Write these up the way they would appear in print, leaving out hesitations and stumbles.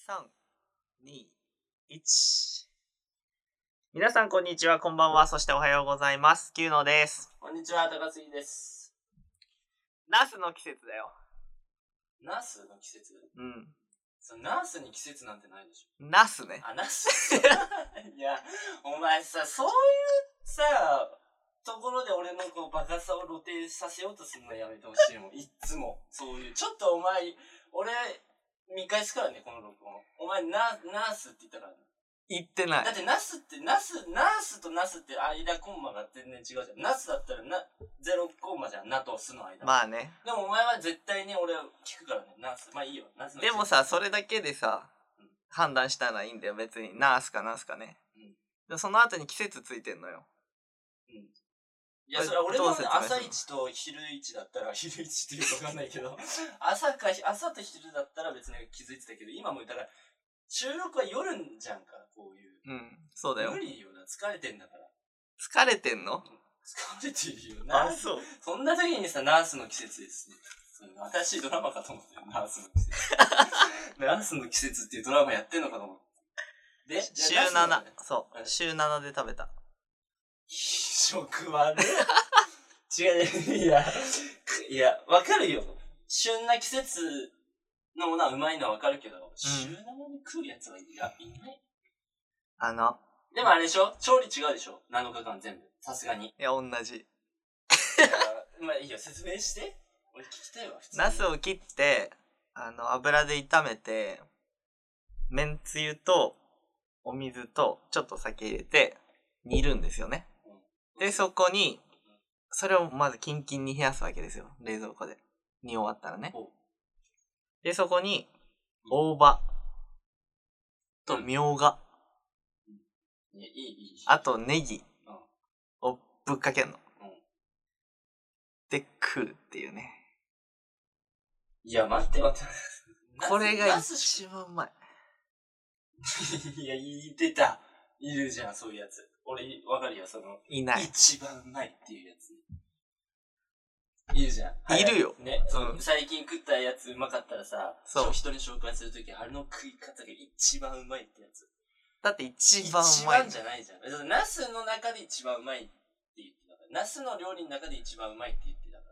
3、2、1。皆さんこんにちは、こんばんは、そしておはようございます。キューノです。 こんにちは、高杉です。 ナスの季節だよ。 ナスの季節？ うん。 ナスに季節なんてないでしょ。 ナスね。 あ、ナスいや、お前さ、そういうさ、ところで俺のこうバカさを露呈させようとするのやめてほしいもん。いっつも。そういう、ちょっとお前、俺、見返すからね、この録音。お前、ナースって言ったからね。 言ってない。 だってナスって、ナスとナスって間コンマが全然違うじゃん。ナスだったらゼロコンマじゃん。ナとスの間。 まあね。 でもお前は絶対に俺聞くからね。ナス。まあいいよ。ナスの。 でもさ、それだけでさ、判断したらいいんだよ。別に。ナースかナスかね。でその後に季節ついてんのよ。 いや、それは俺も朝一と昼一だったら、昼一っていうかわかんないけど、朝と昼だったら別に気づいてたけど、今もだから、収録は夜じゃんか、こういう。 うん、そうだよ。 無理よな、疲れてんだから。 疲れてんの？ 疲れてるよな。 あ、そう。 そんな時にさ、ナースの季節ですね。新しいドラマかと思ってる、ナースの季節。ナースの季節っていうドラマやってんのかと思って。で、 週7、そう、週7で食べた。 食はね。違う、いや、わかるよ。旬な季節のものはうまいのはわかるけど、週7で食うやつはいない。でもあれでしょ？調理違うでしょ？7日間全部。さすがに。 いや、同じ。 まあいいよ、説明して。俺聞きたいわ、普通に。 ナスを切って、油で炒めて、めんつゆと、お水と、ちょっと酒入れて、煮るんですよね。で、そこに、それをまずキンキンに冷やすわけですよ。冷蔵庫で。煮終わったらね。で、そこに、大葉とみょうが、あとネギをぶっかけんの。で、食うっていうね。 いや、待って。 これが一番うまい。 いや、出た。いるじゃん、そういうやつ。俺、わかるよ、 いない。 一番うまいっていうやつ。いるじゃん。 いるよ。 ね、最近食ったやつうまかったらさ、人に紹介するとき、あれの食い方が一番うまいってやつ。 だって一番うまい。 一番じゃないじゃん。ナスの中で一番うまいって言ってたから。ナスの料理の中で一番うまいって言ってたから。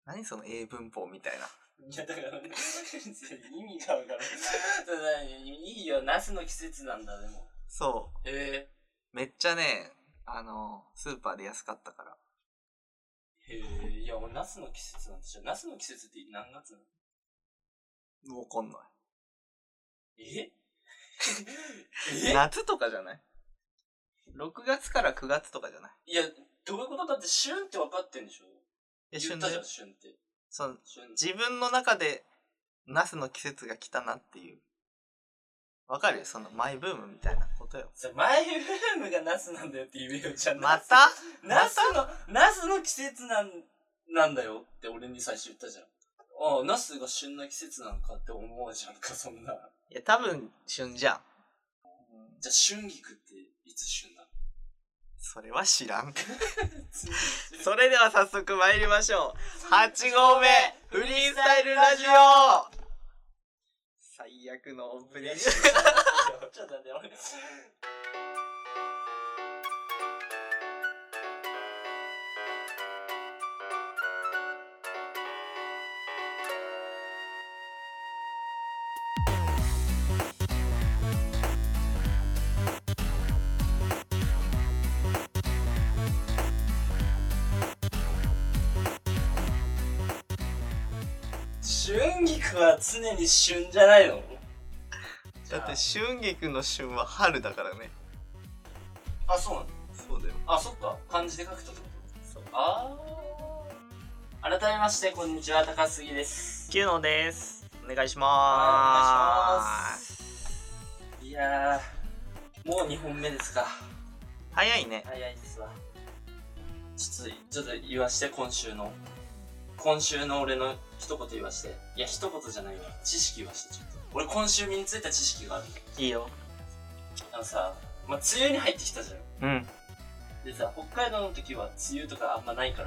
何その英文法みたいな。 いや、だから、意味がわからない。いいよ、ナスの季節なんだ、でも。 そう。めっちゃね、スーパーで安かったから。 いや、俺、ナスの季節なんでしょ。ナスの季節って何月なの？ わかんない。 え夏とかじゃない？ 6 月から9月とかじゃない？ いや、どういうことだって旬って分かってんでしょ？ 旬言ったじゃん、旬って。 自分の中でナスの季節が来たなっていう。わかるよ、そのマイブームみたいなことよ。 マイブームがナスなんだよって言えよ、じゃん。 またナスの季節なんだよって俺に最初言ったじゃん。ああ、ナスが旬な季節なのかって思うじゃんか、そんな。いや、多分旬じゃん。 じゃあ、春菊っていつ旬なの？ それは知らん。それでは早速参りましょう。8号目フリースタイルラジオ。最悪のオープニング。 ちょっと待って俺。春菊は常に旬じゃないの？ だって春菊の旬は春だからね。 あ、そうなの？ そうだよ。 あ、そっか。漢字で書くとってこと？ そう。 改めましてこんにちは、高杉です。 キューノです。お願いしまーす。いやー、もう2本目ですか。 早いね。 早いですわ。ちょっと言わして、今週の俺の一言言わして。いや、一言じゃないわ。知識言わして、ちょっと。俺今週身についた知識があるの。 いいよ。 さ、梅雨に入ってきたじゃん。 うん。 でさ、北海道の時は梅雨とかあんまないから、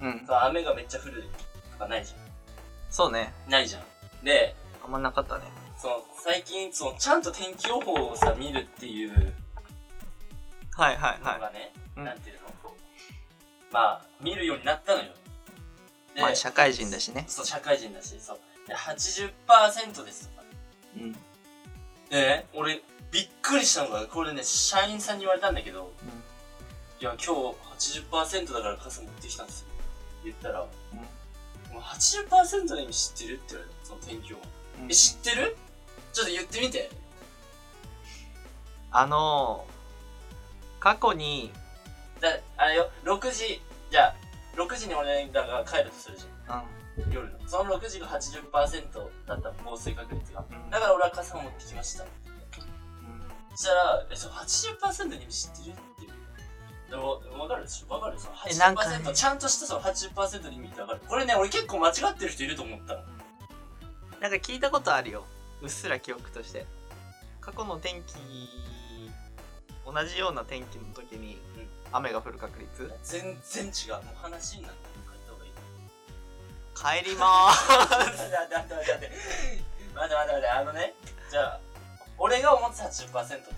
雨がめっちゃ降るとかないじゃん。 そうね。 ないじゃん。で、 あんまなかったね。 最近ちゃんと天気予報をさ見るっていうはいはいはい。 のがね、 うんなんていうの、まあ見るようになったのよ。で、 まあ社会人だしね。 そう社会人だし、そうで 80% ですとか。 うん。 でね、俺びっくりしたのがこれね、社員さんに言われたんだけど、いや今日 80% だから傘持ってきたんですよ言ったら、もう 80% の意味知ってるって言われた。その天気予報、知ってる？ちょっと言ってみて。 過去にあれよ、6時、じゃあ6時に俺らが帰るとするじゃん、夜の。その6時が 80% だった降水確率が、だから俺は傘を持ってきました、そしたらその 80% の意味知ってるって言う。でも分かるでしょ、分かるでしょ、 80%、ちゃんとしたその 80% の意味って分かる。これね、俺結構間違ってる人いると思ったの。 なんか聞いたことあるよ、うっすら記憶として。過去の天気、同じような天気の時に雨が降る確率、 全然違う。もう話になって帰った方がいい。 帰りまーす。 待ってね、じゃあ俺が思ってた 80% って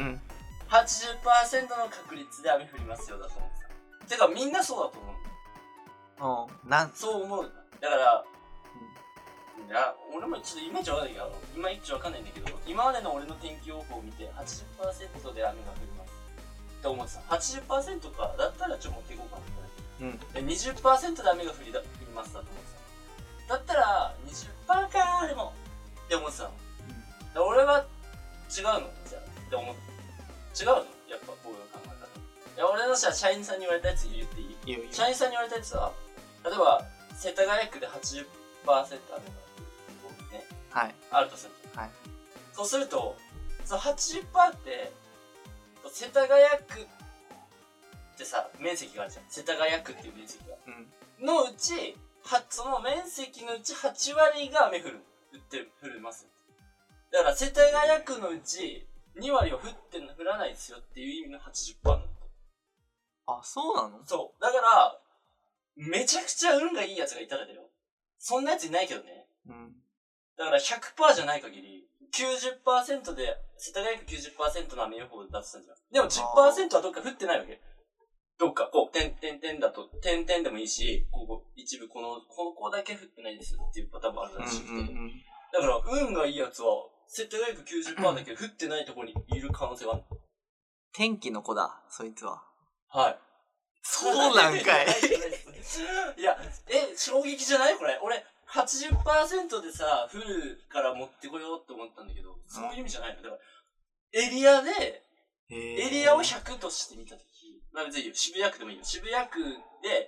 、80% の確率で雨降りますよだと思ってた。てかみんなそうだと思う。そう思う。だから、いや俺もちょっとイメージわかんないけど、今一応わかんないんだけど、今までの俺の天気予報を見て 80% で雨が降りますって思ってた。 80% かだったらちょっと持っていこうかなって、20% で雨が降りますだと思ってた。だったら 20% かでもって思ってたの。で俺は違うのじゃあって思って、違うのやっぱこういう考え方。いや俺の社員さんに言われたやつ言っていい？社員さんに言われたやつは、例えば世田谷区で 80% 雨が降るね、はい、あるとする。はい、そうするとその 80% って世田谷区ってさ面積があるじゃん。世田谷区っていう面積が、のうちその面積のうち8割が雨降ります。だから世田谷区のうち2割は降らないですよっていう意味の 80% なんだ。 あ、そうなの？ そう。だからめちゃくちゃ運がいいやつがいたらだよ。そんなやついないけどね。だから 100% じゃない限り 90% で世田谷区 90% の雨予報だとするんじゃん。でも 10% はどっか降ってないわけ。どっかこう点々だと点々でもいいし、一部ここだけ降ってないですっていうパターンもあるらしくて、だから運がいいやつは世田谷区 90% だけど降ってないところにいる可能性がある。天気の子だそいつは。 はい。 そうなんかい。 いや、衝撃じゃないこれ。俺 80% でさ降るから持ってこようって思ったんだけど、そういう意味じゃないの。だからエリアを100として見たとき、まあ別に渋谷区でもいいよ。渋谷区で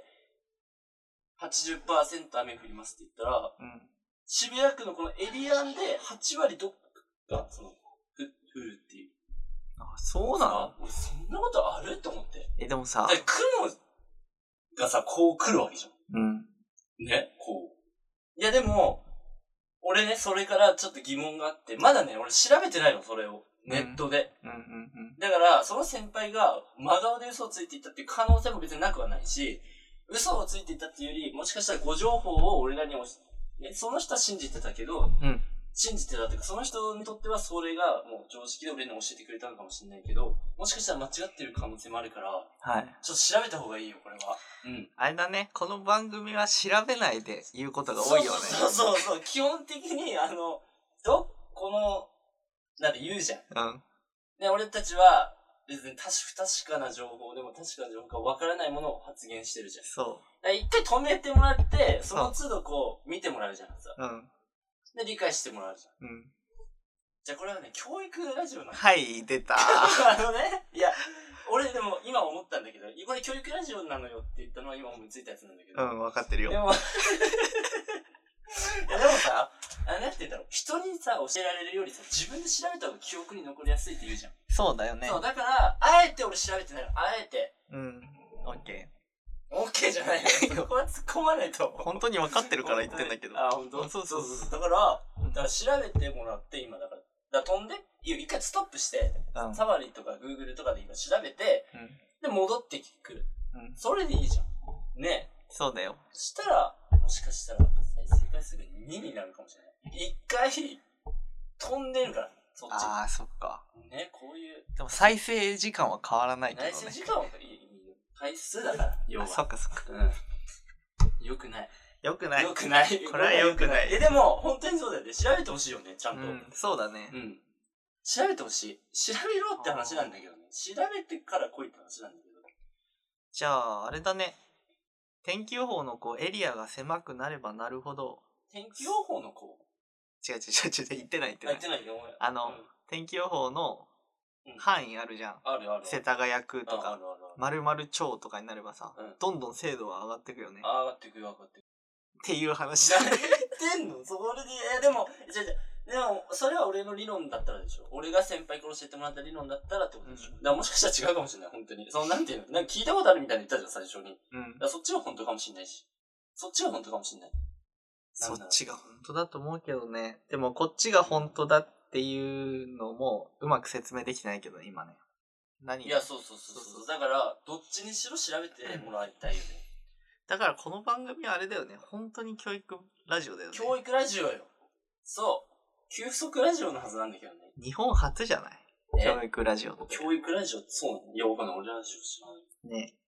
80% 雨降りますって言ったら、渋谷区のこのエリアで8割どっかが降るっていう。 あ、そうなの？ 俺そんなことあるって思って。 でもさ、 雲がさこう来るわけじゃん。ね、こう。いやでも俺ね、それからちょっと疑問があって、まだね俺調べてないの、それをネットで。だからその先輩が真顔で嘘をついていたっていう可能性も別になくはないし、嘘をついていたっていうより、もしかしたら誤情報を俺らにその人は信じてたけど、信じてたっていうか、その人にとってはそれがもう常識で俺に教えてくれたのかもしれないけど、もしかしたら間違ってる可能性もあるから、ちょっと調べた方がいいよこれは。 あれだね、この番組は調べないで言うことが多いよね。 そう基本的にこのなんて言うじゃん。で俺たちは別に不確かな情報でも確かな情報か分からないものを発言してるじゃん。そう。一回止めてもらって、その都度こう見てもらうじゃんさ。で理解してもらうじゃん。じゃあこれはね、教育ラジオなの。 はい、出た。 いや、俺でも今思ったんだけど、これ教育ラジオなのよって言ったのは今思いついたやつなんだけど。 分かってるよ。 でもさ、なんて言うんだろう、人にさ教えられるよりさ、自分で調べた方が記憶に残りやすいって言うじゃん。 そうだよね。 そうだから、あえて俺調べてないの。あえて。 オッケー。 オッケーじゃないよ。そこは突っ込まないと。 本当に分かってるから言ってんだけど。 あ、本当。そう。だから調べてもらって今だから。飛んで、一回ストップして、サファリとかグーグルとかで今調べて、で戻ってくる。それでいいじゃん。ね。 そうだよ。 そしたらもしかしたら再生回数が2になるかもしれない。一回飛んでるから、そっち。 ああ、そっか。 ね、こういう。 でも再生時間は変わらないけどね。 再生時間はいい。回数だから、要は。 そっかそっか。 うん。よくない。 よくない。 よくない。 これはよくない。 でも、本当にそうだよね。調べてほしいよね、ちゃんと。 そうだね。 調べてほしい。調べろって話なんだけどね。調べてから来いって話なんだけど。 じゃあ、あれだね。天気予報のエリアが狭くなればなるほど。 天気予報の違う、言ってない。 言ってないよ。 天気予報の範囲あるじゃん。 ある。 世田谷区とか、〇〇町とかになればさ、どんどん精度は上がってくよね。 上がってく。 っていう話だ。 何言ってんのそれで、でも、それは俺の理論だったらでしょ。俺が先輩から教えてもらった理論だったらってことでしょ。だからもしかしたら違うかもしれない、本当に。なんていうの、聞いたことあるみたいに言ったじゃん、最初に。だからそっちは本当かもしれないし。そっちが本当かもしれない。 そっちが本当だと思うけどね。でもこっちが本当だっていうのもうまく説明できてないけど、今ね。 いや、そう。だから、どっちにしろ調べてもらいたいよね。 だからこの番組はあれだよね。本当に教育ラジオだよね。 教育ラジオよ。そう。休息ラジオのはずなんだけどね。 日本初じゃない？教育ラジオって。 教育ラジオってそうなの？いや、わかんない。俺ラジオ知らない。 ね。